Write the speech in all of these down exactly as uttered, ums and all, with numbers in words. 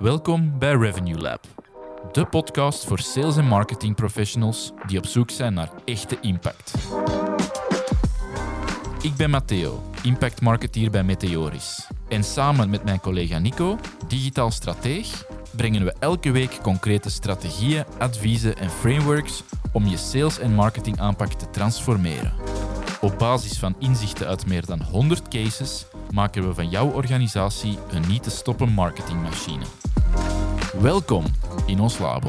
Welkom bij Revenue Lab, de podcast voor sales- en marketing professionals die op zoek zijn naar echte impact. Ik ben Matteo, impact marketeer bij Meteoris. En samen met mijn collega Nico, digitaal strateeg, brengen we elke week concrete strategieën, adviezen en frameworks om je sales- en marketingaanpak te transformeren. Op basis van inzichten uit meer dan honderd cases maken we van jouw organisatie een niet te stoppen marketingmachine. Welkom in ons labo.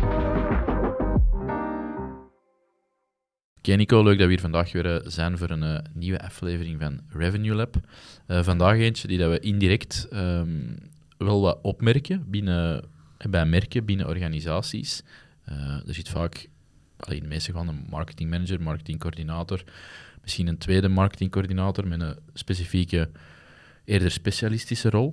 Oké Nico, leuk dat we hier vandaag weer zijn voor een uh, nieuwe aflevering van Revenue Lab. Uh, vandaag eentje die dat we indirect um, wel wat opmerken binnen, bij merken, binnen organisaties. Uh, er zit vaak, in de meeste gevallen, een marketingmanager, marketingcoördinator, misschien een tweede marketingcoördinator met een specifieke, eerder specialistische rol.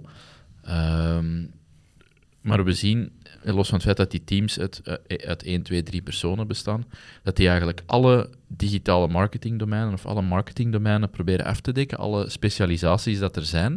Um, maar we zien, los van het feit dat die teams uit, uit één, twee, drie personen bestaan, dat die eigenlijk alle digitale marketingdomeinen of alle marketingdomeinen proberen af te dekken, alle specialisaties dat er zijn.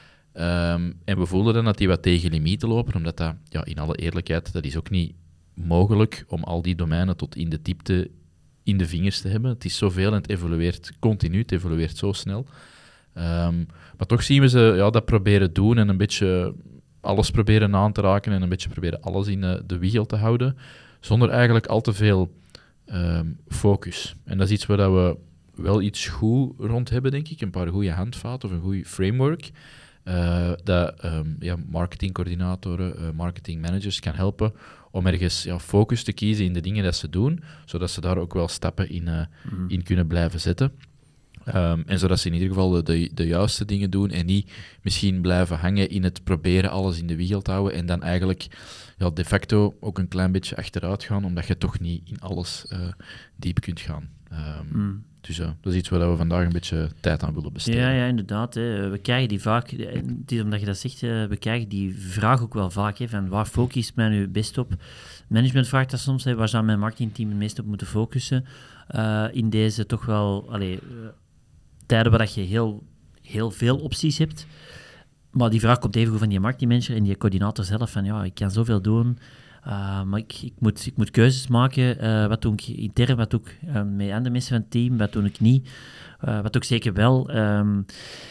Um, en we voelen dan dat die wat tegen limieten lopen, omdat dat, ja, in alle eerlijkheid, dat is ook niet mogelijk om al die domeinen tot in de diepte in de vingers te hebben. Het is zoveel en het evolueert continu, het evolueert zo snel. Um, maar toch zien we ze ja, dat proberen doen en een beetje alles proberen aan te raken en een beetje proberen alles in de, de wiegel te houden, zonder eigenlijk al te veel um, focus. En dat is iets waar dat we wel iets goed rond hebben, denk ik. Een paar goede handvaten of een goed framework, uh, dat um, ja, marketingcoördinatoren, uh, marketingmanagers kan helpen om ergens ja, focus te kiezen in de dingen dat ze doen, zodat ze daar ook wel stappen in, uh, mm. in kunnen blijven zetten. Um, en zodat ze in ieder geval de, de, de juiste dingen doen en niet misschien blijven hangen in het proberen alles in de wiegel te houden en dan eigenlijk ja, de facto ook een klein beetje achteruit gaan, omdat je toch niet in alles uh, diep kunt gaan. Um, mm. Dus uh, dat is iets waar we vandaag een beetje tijd aan willen besteden. Ja, ja inderdaad. Hè. We krijgen die vaak, het is omdat je dat zegt, we krijgen die vraag ook wel vaak, hè, van waar focust men nu best op? Management vraagt dat soms, hè, waar zou mijn marketingteam het meest op moeten focussen? Uh, in deze toch wel... Allee, uh, tijden waar je heel, heel veel opties hebt. Maar die vraag komt even goed van die marketingmanager en die coördinator zelf van ja, ik kan zoveel doen, uh, maar ik, ik, moet, ik moet keuzes maken. Uh, wat doe ik intern, wat doe ik uh, met andere mensen van het team, wat doe ik niet, uh, wat doe ik zeker wel. Um,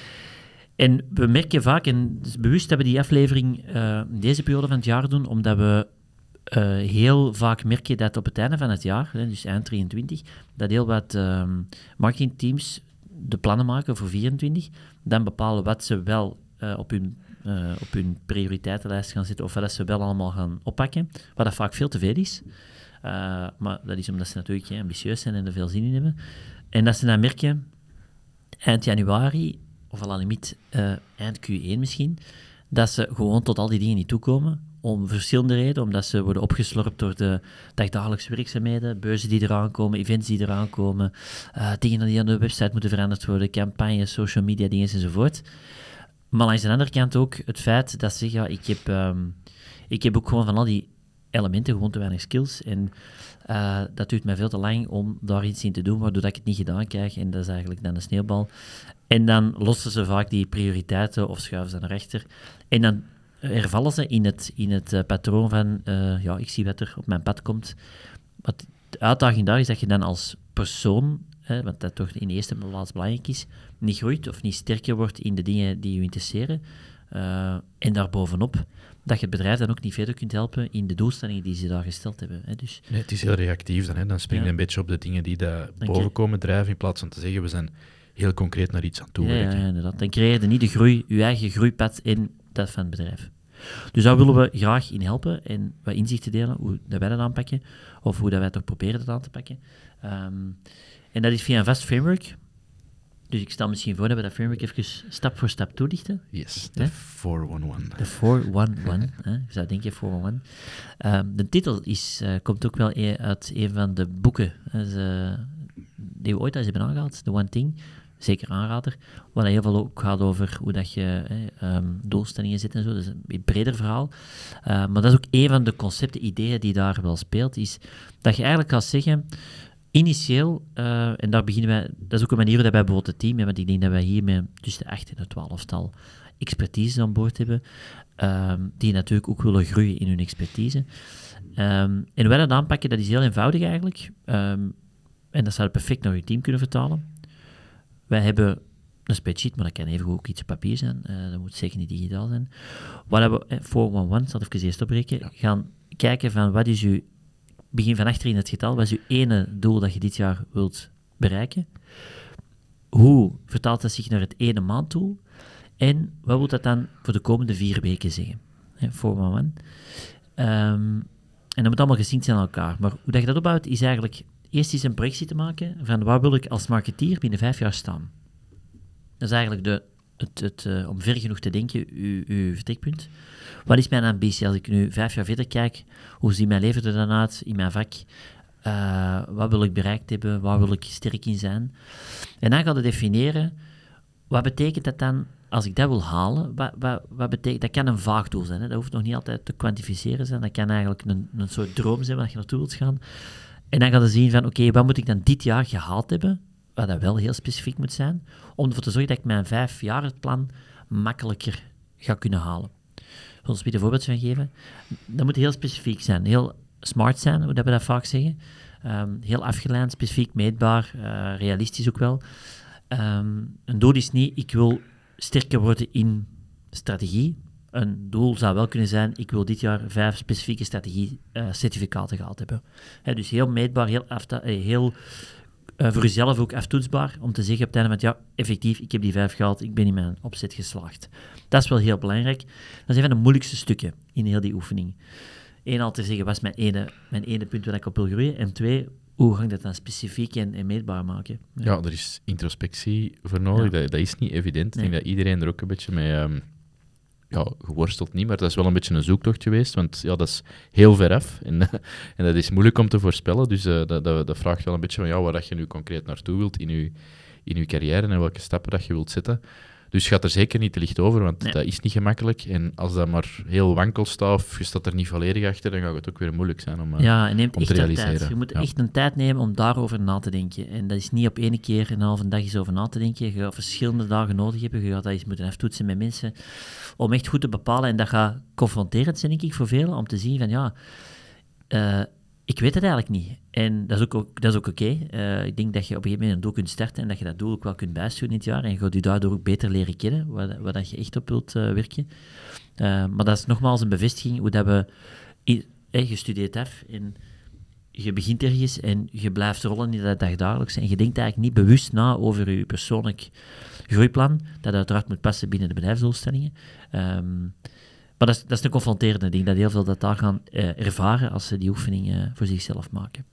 en we merken vaak, en dus bewust hebben we die aflevering uh, in deze periode van het jaar doen, omdat we uh, heel vaak merken dat op het einde van het jaar, hè, dus eind drieëntwintig, dat heel wat um, marketingteams de plannen maken voor vierentwintig, dan bepalen wat ze wel uh, op, hun, uh, op hun prioriteitenlijst gaan zetten, of wat ze wel allemaal gaan oppakken, wat dat vaak veel te veel is. Uh, maar dat is omdat ze natuurlijk ja, ambitieus zijn en er veel zin in hebben. En dat ze dan merken, eind januari, of al aan de limiet uh, eind Q één misschien, dat ze gewoon tot al die dingen niet toekomen, om verschillende redenen, omdat ze worden opgeslorpt door de dagdagelijkse werkzaamheden, beurzen die eraan komen, events die eraan komen, uh, dingen die aan de website moeten veranderd worden, campagnes, social media dingen enzovoort. Maar langs de andere kant ook het feit dat ze zeggen, ja, ik heb, um, ik heb ook gewoon van al die elementen gewoon te weinig skills en uh, dat duurt mij veel te lang om daar iets in te doen, waardoor ik het niet gedaan krijg en dat is eigenlijk dan een sneeuwbal. En dan lossen ze vaak die prioriteiten of schuiven ze naar rechter en dan hervallen ze in het, in het uh, patroon van, uh, ja, ik zie wat er op mijn pad komt. Wat de uitdaging daar is dat je dan als persoon, hè, want dat toch in de eerste plaats belangrijk is, niet groeit of niet sterker wordt in de dingen die je interesseren. Uh, en daarbovenop, dat je het bedrijf dan ook niet verder kunt helpen in de doelstellingen die ze daar gesteld hebben. Hè. Dus, nee, het is heel reactief dan, hè. Dan spring je ja. een beetje op de dingen die daar boven komen drijven, in plaats van te zeggen, we zijn heel concreet naar iets aan toe werken. Ja, ja, inderdaad. Dan creëer je niet de groei, je eigen groeipad in dat van het bedrijf. Dus daar willen we graag in helpen en wat inzichten delen, hoe dat wij dat aanpakken, of hoe dat wij toch proberen dat aan te pakken. Um, en dat is via een vast framework. Dus ik stel misschien voor dat we dat framework even stap voor stap toelichten. Yes, de vier honderdelf. De vier honderdelf, hè? Je zou denken vier honderdelf. Um, de titel is, uh, komt ook wel uit een van de boeken uh, die we ooit eens hebben aangehaald, The One Thing. Zeker aanrader, waar heel veel ook gaat over hoe dat je eh, um, doelstellingen zet en zo. Dat is een breder verhaal. Uh, maar dat is ook een van de concepten, ideeën die daar wel speelt, is dat je eigenlijk kan zeggen, initieel, uh, en daar beginnen wij, dat is ook een manier dat wij bijvoorbeeld het team hebben, want ik denk dat wij hier met tussen de acht en de twaalftal expertise aan boord hebben, um, die natuurlijk ook willen groeien in hun expertise. Um, en hoe wij dat aanpakken, dat is heel eenvoudig eigenlijk. Um, en dat zou je perfect naar je team kunnen vertalen. Wij hebben een spreadsheet, maar dat kan even ook iets op papier zijn. Uh, dat moet zeker niet digitaal zijn. Waar we eh, vier een een, zal ik even eerst opbreken, ja. gaan kijken van wat is uw, begin van achterin het getal, wat is uw ene doel dat je dit jaar wilt bereiken? Hoe vertaalt dat zich naar het ene maanddoel? En wat wil dat dan voor de komende vier weken zeggen? vier een een. Um, en dat moet allemaal gesynct zijn aan elkaar. Maar hoe dat je dat opbouwt, is eigenlijk eerst eens een projectie te maken van waar wil ik als marketeer binnen vijf jaar staan. Dat is eigenlijk de, het, het, uh, om ver genoeg te denken, uw, uw vertrekpunt. Wat is mijn ambitie? Als ik nu vijf jaar verder kijk, hoe ziet mijn leven er dan uit in mijn vak? Uh, wat wil ik bereikt hebben? Waar wil ik sterk in zijn? En dan gaan we definiëren, wat betekent dat dan als ik dat wil halen? Wat, wat, wat betekent, dat kan een vaag doel zijn. Hè? Dat hoeft nog niet altijd te kwantificeren zijn. Dat kan eigenlijk een, een soort droom zijn waar je naartoe wilt gaan. En dan gaan we zien van, oké, okay, wat moet ik dan dit jaar gehaald hebben? Wat dat wel heel specifiek moet zijn, om ervoor te zorgen dat ik mijn vijfjarenplan makkelijker ga kunnen halen. Ik wil eens een voorbeeld van geven. Dat moet heel specifiek zijn, heel smart zijn, hoe dat we dat vaak zeggen. Um, heel afgeleid, specifiek, meetbaar, uh, realistisch ook wel. Um, een doel is niet, ik wil sterker worden in strategie. Een doel zou wel kunnen zijn, ik wil dit jaar vijf specifieke strategie-certificaten uh, gehaald hebben. He, dus heel meetbaar, heel, afta- heel uh, voor jezelf ook aftoetsbaar, om te zeggen op het einde van het ja, effectief, ik heb die vijf gehaald, ik ben in mijn opzet geslaagd. Dat is wel heel belangrijk. Dat is een van de moeilijkste stukken in heel die oefening. Eén, al te zeggen, wat is mijn ene, mijn ene punt waar ik op wil groeien? En twee, hoe ga ik dat dan specifiek en, en meetbaar maken? Ja. ja, er is introspectie voor nodig. Ja. Dat, dat is niet evident. Nee. Ik denk dat iedereen er ook een beetje mee... Um, ja, geworsteld niet, maar dat is wel een beetje een zoektocht geweest, want ja, dat is heel ver af en, en dat is moeilijk om te voorspellen, dus uh, dat, dat, dat vraagt wel een beetje van ja, waar dat je nu concreet naartoe wilt in je, in je carrière en welke stappen dat je wilt zetten. Dus gaat er zeker niet te licht over, want nee. dat is niet gemakkelijk. En als dat maar heel wankel staat of je staat er niet volledig achter, dan gaat het ook weer moeilijk zijn om, uh, ja, en neemt om echt te realiseren. Tijd. Je moet ja. echt een tijd nemen om daarover na te denken. En dat is niet op één keer een halve dag eens over na te denken. Je gaat verschillende dagen nodig hebben. Je gaat dat eens moeten aftoetsen met mensen om echt goed te bepalen. En dat gaat confronterend zijn, denk ik, voor velen, om te zien van ja... Uh, Ik weet het eigenlijk niet. En dat is ook, ook, dat is ook oké. Okay. Uh, ik denk dat je op een gegeven moment een doel kunt starten en dat je dat doel ook wel kunt bijsturen in het jaar. En je gaat je daardoor ook beter leren kennen, waar, waar dat je echt op wilt uh, werken. Uh, maar dat is nogmaals een bevestiging hoe dat we... Eh, je studeert af en je begint ergens en je blijft rollen in dat dagdagelijks. En je denkt eigenlijk niet bewust na over je persoonlijk groeiplan, dat uiteraard moet passen binnen de bedrijfsdoelstellingen. Um, Maar dat is, dat is een confronterende ding, dat heel veel dat daar gaan uh, ervaren als ze die oefening uh, voor zichzelf maken.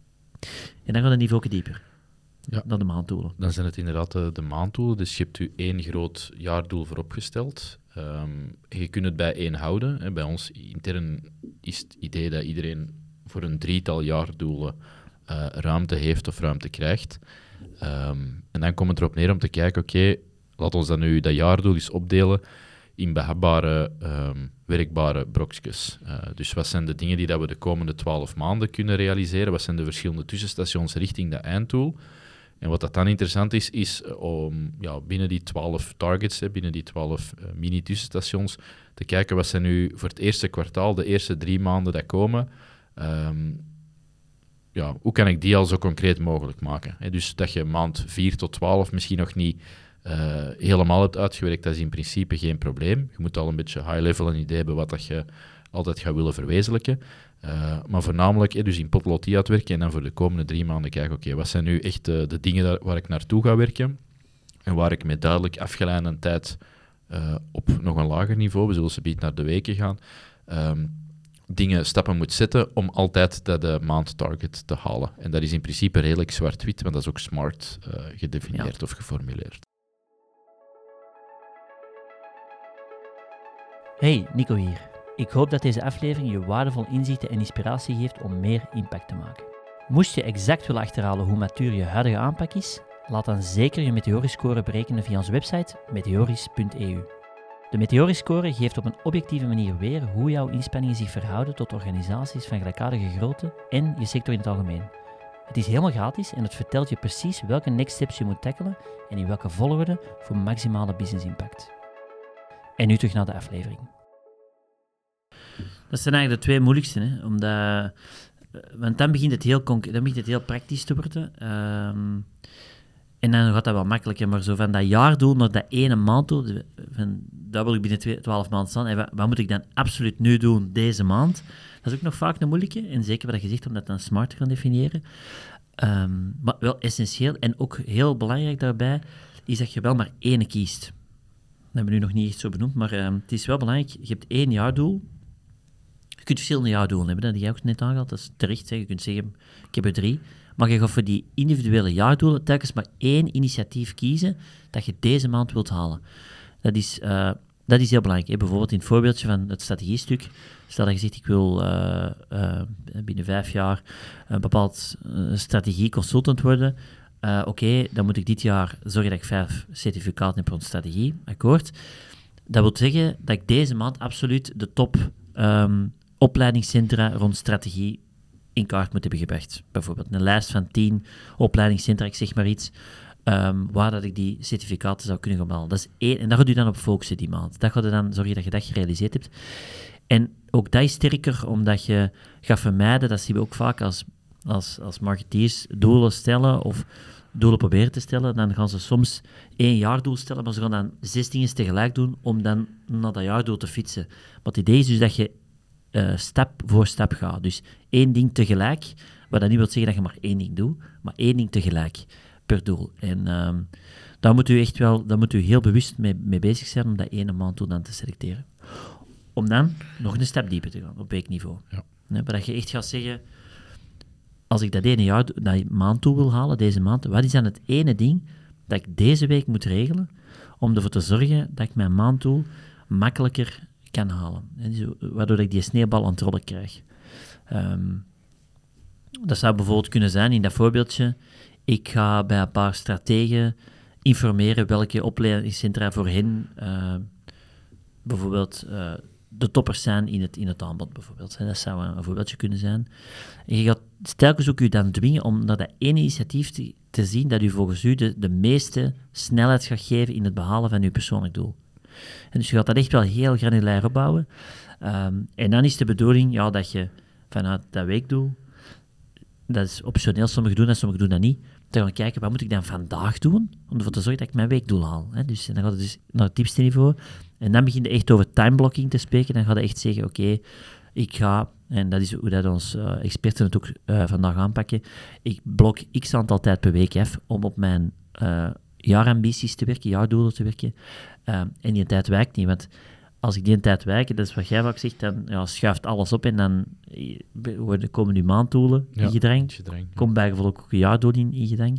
En dan gaat het niveau dieper, ja. dan de maanddoelen. Dan zijn het inderdaad de, de maanddoelen, dus je hebt je één groot jaardoel vooropgesteld. Um, je kunt het bij één houden. Hè. Bij ons intern is het idee dat iedereen voor een drietal jaardoelen uh, ruimte heeft of ruimte krijgt. Um, en dan komt het erop neer om te kijken, oké, okay, laat ons dan nu dat jaardoel eens opdelen in behapbare, um, werkbare brokjes. Uh, dus wat zijn de dingen die dat we de komende twaalf maanden kunnen realiseren? Wat zijn de verschillende tussenstations richting dat einddoel? En wat dat dan interessant is, is om ja, binnen die twaalf targets, hè, binnen die twaalf uh, mini-tussenstations, te kijken wat zijn nu voor het eerste kwartaal, de eerste drie maanden dat komen, um, ja, hoe kan ik die al zo concreet mogelijk maken? Hè? Dus dat je maand vier tot twaalf misschien nog niet Uh, helemaal hebt uitgewerkt, dat is in principe geen probleem. Je moet al een beetje high-level een idee hebben wat dat je altijd gaat willen verwezenlijken. Uh, maar voornamelijk eh, dus in potlood uitwerken en dan voor de komende drie maanden kijken, oké, okay, wat zijn nu echt de, de dingen daar, waar ik naartoe ga werken en waar ik met duidelijk afgeleide tijd uh, op nog een lager niveau, we zullen ze biedt naar de weken gaan, um, dingen, stappen moet zetten om altijd dat uh, maandtarget te halen. En dat is in principe redelijk zwart-wit, maar dat is ook smart uh, gedefinieerd ja. of geformuleerd. Hey, Nico hier. Ik hoop dat deze aflevering je waardevol inzichten en inspiratie geeft om meer impact te maken. Moest je exact willen achterhalen hoe matuur je huidige aanpak is, laat dan zeker je Meteoris-score berekenen via onze website meteoris punt e u. De Meteoris-score geeft op een objectieve manier weer hoe jouw inspanningen zich verhouden tot organisaties van gelijkaardige grootte en je sector in het algemeen. Het is helemaal gratis en het vertelt je precies welke next steps je moet tackelen en in welke volgorde voor maximale business impact. En nu terug naar de aflevering. Dat zijn eigenlijk de twee moeilijkste, hè? Omdat, want dan begint het heel, conc- dan begint het heel praktisch te worden. Um, en dan gaat dat wel makkelijker, maar zo van dat jaardoel naar dat ene maanddoel, van dat wil ik binnen twaalf maanden staan, en wat, wat moet ik dan absoluut nu doen deze maand? Dat is ook nog vaak een moeilijke, en zeker wat je zegt, om dat dan smart te gaan definiëren. Um, maar wel essentieel, en ook heel belangrijk daarbij, is dat je wel maar één kiest. Dat hebben we nu nog niet echt zo benoemd, maar um, het is wel belangrijk, je hebt één jaardoel. Je kunt verschillende jaardoelen hebben, dat heb jij ook net aangehaald, dat is terecht. Hè. Je kunt zeggen, ik heb er drie. Maar je gaat voor die individuele jaardoelen telkens maar één initiatief kiezen dat je deze maand wilt halen. Dat is, uh, dat is heel belangrijk. Hè. Bijvoorbeeld in het voorbeeldje van het strategiestuk. Stel dat je zegt, ik wil uh, uh, binnen vijf jaar een bepaald uh, strategie-consultant worden. Uh, Oké, okay, dan moet ik dit jaar zorgen dat ik vijf certificaten heb rond strategie. Akkoord. Dat wil zeggen dat ik deze maand absoluut de top um, opleidingscentra rond strategie in kaart moet hebben gebracht. Bijvoorbeeld een lijst van tien opleidingscentra, ik zeg maar iets, um, waar dat ik die certificaten zou kunnen gaan halen. Dat is één, en daar gaat u dan op focussen die maand. Dat gaat u dan zorgen dat je dat gerealiseerd hebt. En ook dat is sterker, omdat je gaat vermijden, dat zien we ook vaak als, als, als marketeers, doelen stellen of doelen proberen te stellen, dan gaan ze soms één jaardoel stellen, maar ze gaan dan zes dingen tegelijk doen om dan naar dat jaardoel te fietsen. Maar het idee is dus dat je uh, stap voor stap gaat. Dus één ding tegelijk, wat dat niet wil zeggen dat je maar één ding doet, maar één ding tegelijk per doel. En um, daar moet u echt wel, daar moet u heel bewust mee, mee bezig zijn om dat ene maanddoel dan te selecteren. Om dan nog een stap dieper te gaan, op weekniveau. Ja. Nee, maar dat je echt gaat zeggen, als ik dat ene jaar, dat maanddoel wil halen, deze maand, wat is dan het ene ding dat ik deze week moet regelen om ervoor te zorgen dat ik mijn maanddoel makkelijker kan halen. En dus, waardoor ik die sneeuwbal aan het rollen krijg. Um, dat zou bijvoorbeeld kunnen zijn, in dat voorbeeldje, ik ga bij een paar strategen informeren welke opleidingscentra voor hen uh, bijvoorbeeld uh, de toppers zijn in het, in het aanbod, bijvoorbeeld. Dat zou een, een voorbeeldje kunnen zijn. En je gaat telkens ook u dan dwingen om naar dat ene initiatief te, te zien dat u volgens u de, de meeste snelheid gaat geven in het behalen van uw persoonlijk doel. En dus je gaat dat echt wel heel granulair opbouwen. Um, en dan is de bedoeling ja, dat je vanuit dat weekdoel, dat is optioneel, sommigen doen dat, sommigen doen dat niet, te gaan kijken, wat moet ik dan vandaag doen, om ervoor te zorgen dat ik mijn weekdoel haal. Hè? Dus dan gaat het dus naar het diepste niveau. En dan begin je echt over timeblocking te spreken. Dan ga je echt zeggen, oké, okay, ik ga, en dat is hoe dat onze uh, experten het ook uh, vandaag aanpakken, ik blok x aantal tijd per week af om op mijn uh, jaarambities te werken, jaardoelen te werken. Uh, en die tijd wijkt niet, want als ik die tijd wijk, dat is wat jij vaak zegt, dan ja, schuift alles op en dan worden, komen uw maanddoelen ja, in gedrang. gedrang. Komt bijgevolg ook een jaardoel in, in gedrang.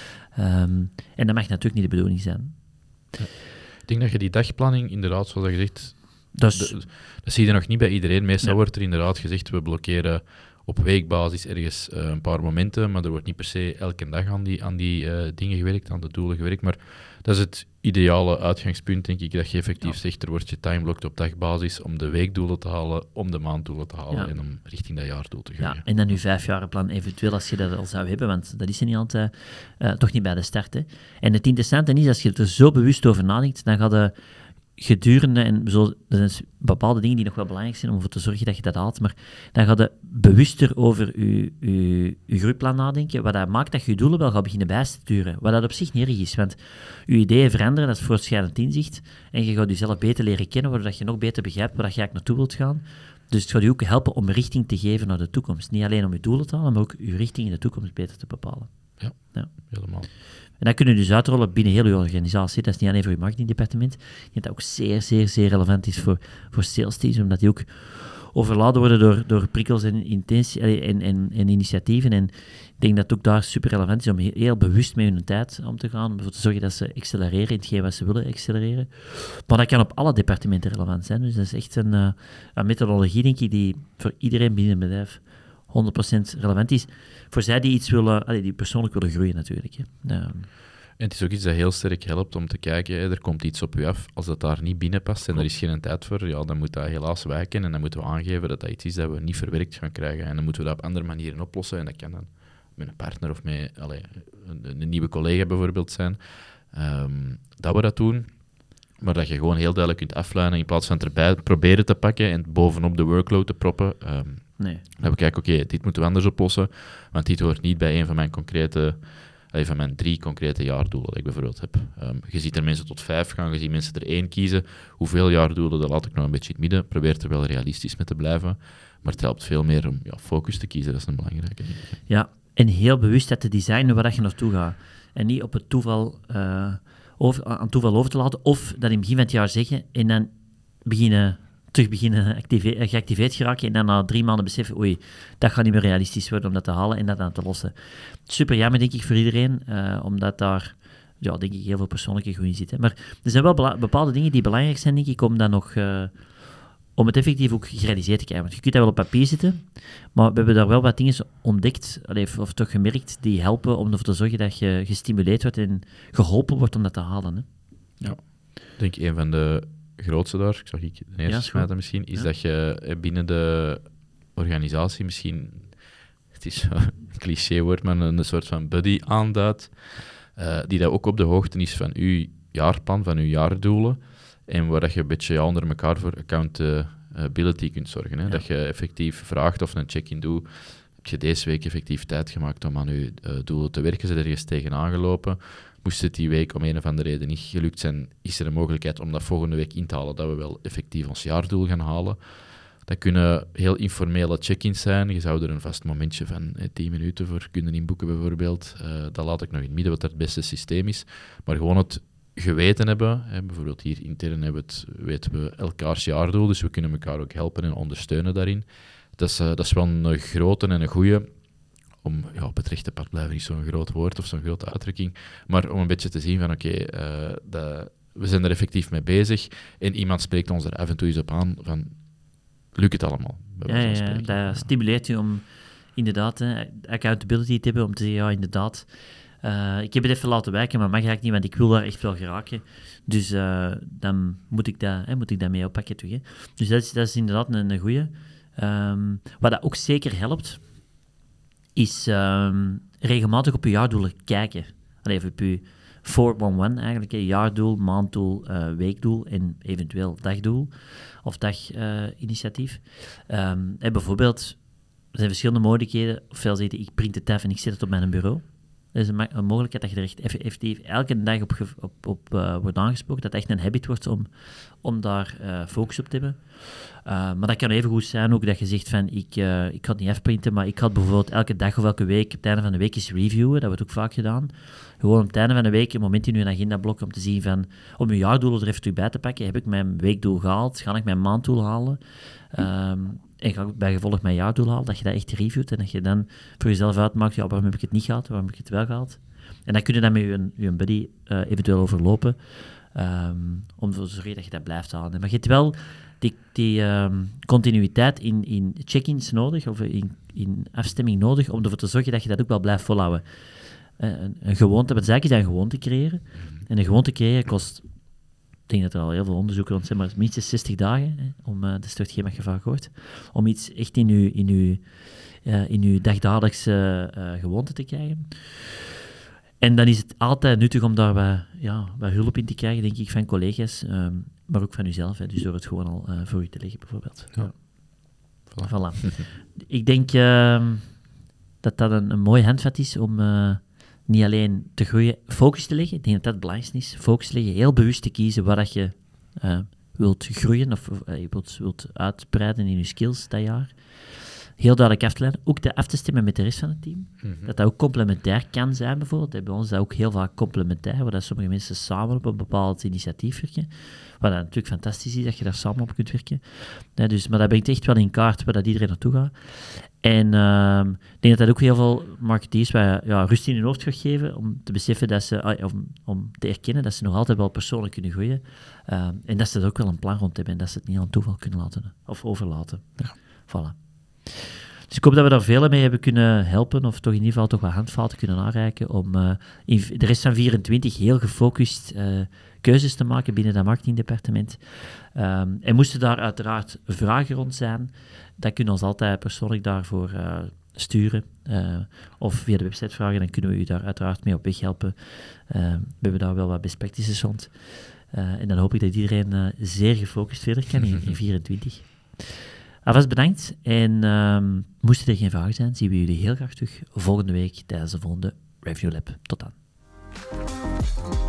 Um, en dat mag natuurlijk niet de bedoeling zijn. Ja. Ik denk dat je die dagplanning, inderdaad, zoals je zegt, dat, is... dat, dat zie je nog niet bij iedereen. Meestal ja. wordt er inderdaad gezegd, we blokkeren op weekbasis ergens uh, een paar momenten, maar er wordt niet per se elke dag aan die, aan die uh, dingen gewerkt, aan de doelen gewerkt, maar dat is het ideale uitgangspunt, denk ik, dat je effectief ja. zegt, er wordt je timeblokt op dagbasis om de weekdoelen te halen, om de maanddoelen te halen ja. en om richting dat jaardoel te gaan. Ja, en dan je vijfjarenplan eventueel, als je dat al zou hebben, want dat is er niet altijd, uh, toch niet bij de start. Hè. En het interessante is, als je er zo bewust over nadenkt, dan gaat je gedurende, en zo, er zijn bepaalde dingen die nog wel belangrijk zijn om ervoor te zorgen dat je dat haalt, maar dan ga je bewuster over je, je, je groeiplan nadenken, wat dat maakt dat je je doelen wel gaat beginnen bijsturen, wat dat op zich niet erg is, want je ideeën veranderen, dat is voortschrijdend inzicht, en je gaat jezelf beter leren kennen, waardoor je nog beter begrijpt waar je eigenlijk naartoe wilt gaan. Dus het gaat je ook helpen om richting te geven naar de toekomst. Niet alleen om je doelen te halen, maar ook je richting in de toekomst beter te bepalen. Ja, ja. helemaal. En dat kunnen we dus uitrollen binnen heel je organisatie. Dat is niet alleen voor je marketingdepartement. Ik denk dat dat ook zeer, zeer, zeer relevant is voor, voor sales teams, omdat die ook overladen worden door, door prikkels en, intentie, en, en, en initiatieven. En ik denk dat het ook daar super relevant is om heel, heel bewust met hun tijd om te gaan, om ervoor te zorgen dat ze accelereren in hetgeen wat ze willen accelereren. Maar dat kan op alle departementen relevant zijn. Dus dat is echt een, uh, een methodologie, denk ik, die voor iedereen binnen een bedrijf honderd procent relevant is. Voor zij die iets willen, allee, die persoonlijk willen groeien natuurlijk. Hè. Um. En het is ook iets dat heel sterk helpt om te kijken, hè, er komt iets op u af, als dat daar niet binnen past en er is geen tijd voor, ja, dan moet dat helaas wijken en dan moeten we aangeven dat dat iets is dat we niet verwerkt gaan krijgen en dan moeten we dat op andere manieren oplossen en dat kan dan met een partner of met allee, een, een nieuwe collega bijvoorbeeld zijn, um, dat we dat doen. maar dat je gewoon heel duidelijk kunt aflijnen in plaats van het erbij proberen te pakken en bovenop de workload te proppen. Um, Nee. Dan heb ik kijken, oké, okay, dit moeten we anders oplossen, want dit hoort niet bij een van mijn concrete, uh, van mijn drie concrete jaardoelen die ik bijvoorbeeld heb. Um, je ziet er mensen tot vijf gaan, je ziet mensen er één kiezen. Hoeveel jaardoelen, dat laat ik nog een beetje in het midden. Probeer er wel realistisch mee te blijven, maar het helpt veel meer om ja, focus te kiezen, dat is een belangrijke ding. Ja, en heel bewust dat te designen waar je naartoe gaat. En niet op het toeval, uh, over, aan toeval over te laten, of dat in het begin van het jaar zeggen en dan beginnen... terug beginnen active- geactiveerd geraken en dan na drie maanden beseffen, oei, dat gaat niet meer realistisch worden om dat te halen en dat aan te lossen. Super jammer, denk ik, voor iedereen, uh, omdat daar, ja, denk ik, heel veel persoonlijke groei in zit. Hè. Maar er zijn wel bela- bepaalde dingen die belangrijk zijn, denk ik, om dat nog, uh, om het effectief ook gerealiseerd te krijgen. Want je kunt dat wel op papier zetten, maar we hebben daar wel wat dingen ontdekt, allee, of toch gemerkt, die helpen om ervoor te zorgen dat je gestimuleerd wordt en geholpen wordt om dat te halen. Hè. Ja, ik denk een van de grootste daar, ik zag ik de eerste Ja, smijten misschien, is ja. dat je binnen de organisatie misschien, het is een clichéwoord, maar een soort van buddy aanduidt, uh, die dat ook op de hoogte is van uw jaarplan, van uw jaardoelen, en waar dat je een beetje ja, onder elkaar voor accountability kunt zorgen. Hè? Ja. Dat je effectief vraagt of een check-in doet. Heb je deze week effectief tijd gemaakt om aan je uh, doelen te werken? Zijn er ergens tegenaan gelopen? Moest het die week om een of andere reden niet gelukt zijn, is er een mogelijkheid om dat volgende week in te halen, dat we wel effectief ons jaardoel gaan halen. Dat kunnen heel informele check-ins zijn. Je zou er een vast momentje van eh, tien minuten voor kunnen inboeken, bijvoorbeeld. Uh, dat laat ik nog in het midden, wat dat het beste systeem is. Maar gewoon het geweten hebben. Hè, bijvoorbeeld hier intern hebben we het, weten we elkaars jaardoel, dus we kunnen elkaar ook helpen en ondersteunen daarin. Dat is, uh, dat is wel een grote en een goeie. Om ja, op het rechte pad blijven, niet zo'n groot woord of zo'n grote uitdrukking, maar om een beetje te zien van oké, okay, uh, we zijn er effectief mee bezig en iemand spreekt ons er af en toe eens op aan van, lukt het allemaal? Ja, ja, ja, dat ja. stimuleert je om inderdaad hè, accountability te hebben, om te zeggen, ja, inderdaad, uh, ik heb het even laten wijken, maar mag eigenlijk niet, want ik wil daar echt wel geraken. Dus uh, dan moet ik, dat, hè, moet ik dat mee oppakken terug. Hè. Dus dat is, dat is inderdaad een, een goeie. Um, wat dat ook zeker helpt, is um, regelmatig op je jaardoelen kijken. Allee, even op je vier een een eigenlijk, hè, jaardoel, maanddoel, uh, weekdoel en eventueel dagdoel of daginitiatief. Uh, um, bijvoorbeeld, er zijn verschillende mogelijkheden. Ofwel zeggen, ik print het af en ik zet het op mijn bureau. Er is een, ma- een mogelijkheid dat je er echt effectief elke dag op, ge- op, op uh, wordt aangesproken, dat het echt een habit wordt om, om daar uh, focus op te hebben. Uh, maar dat kan even goed zijn ook dat je zegt van, ik, uh, ik ga het niet afprinten, maar ik ga het bijvoorbeeld elke dag of elke week, op het einde van de week eens reviewen, dat wordt ook vaak gedaan. Gewoon op het einde van de week een moment in je agenda blokken om te zien van, om je jaardoelen er even terug bij te pakken, heb ik mijn weekdoel gehaald, ga ik mijn maanddoel halen, um, en ga ik bij gevolg mijn jaardoel halen, dat je dat echt reviewt en dat je dan voor jezelf uitmaakt, ja, waarom heb ik het niet gehaald, waarom heb ik het wel gehaald. En dan kun je dan met je, je buddy uh, eventueel overlopen, um, om te zorgen dat je dat blijft halen. Maar je hebt wel die, die um, continuïteit in, in check-ins nodig, of in, in afstemming nodig, om ervoor te zorgen dat je dat ook wel blijft volhouden. Uh, een, een gewoonte, wat is eigenlijk een gewoonte creëren. En een gewoonte creëren kost, ik denk dat er al heel veel onderzoeken rond zijn, maar minstens zestig dagen, hè, om, uh, dat is toch hetgeen wat je vaak hoort, om iets echt in je, in je, uh, in je dagdagelijkse uh, gewoonte te krijgen. En dan is het altijd nuttig om daar wat, ja, wat hulp in te krijgen, denk ik, van collega's, um, maar ook van uzelf. Hè, dus door het gewoon al uh, voor u te leggen, bijvoorbeeld. Ja. Voilà. Voilà. Ik denk uh, dat dat een, een mooi handvat is om uh, niet alleen te groeien, focus te leggen. Ik denk dat dat het belangrijkste is. Focus te leggen, heel bewust te kiezen waar dat je uh, wilt groeien of uh, je wilt, wilt uitbreiden in je skills dat jaar. Heel duidelijk af te leiden, ook te af te stemmen met de rest van het team. Mm-hmm. Dat dat ook complementair kan zijn, bijvoorbeeld. Bij ons is dat ook heel vaak complementair, waar dat sommige mensen samen op een bepaald initiatief werken. Wat dat natuurlijk fantastisch is, dat je daar samen op kunt werken. Nee, dus, maar dat brengt echt wel in kaart waar dat iedereen naartoe gaat. En uh, ik denk dat dat ook heel veel marketeers waar, ja, rust in hun hoofd gaat geven, om te beseffen dat ze, uh, om, om te erkennen dat ze nog altijd wel persoonlijk kunnen groeien. Uh, en dat ze er ook wel een plan rond hebben en dat ze het niet aan toeval kunnen laten of overlaten. Ja. Voilà. Dus ik hoop dat we daar velen mee hebben kunnen helpen, of toch in ieder geval toch wat handvaten kunnen aanreiken om uh, in de rest van vierentwintig heel gefocust uh, keuzes te maken binnen dat marketingdepartement. Um, en moesten daar uiteraard vragen rond zijn, dan kunnen we ons altijd persoonlijk daarvoor uh, sturen. Uh, of via de website vragen, dan kunnen we u daar uiteraard mee op weg helpen. Uh, we hebben daar wel wat best practices rond. Uh, en dan hoop ik dat iedereen uh, zeer gefocust verder kan in, in vierentwintig. Alvast bedankt. En um, moesten er geen vragen zijn, zien we jullie heel graag terug volgende week tijdens de volgende Revenue Lab. Tot dan.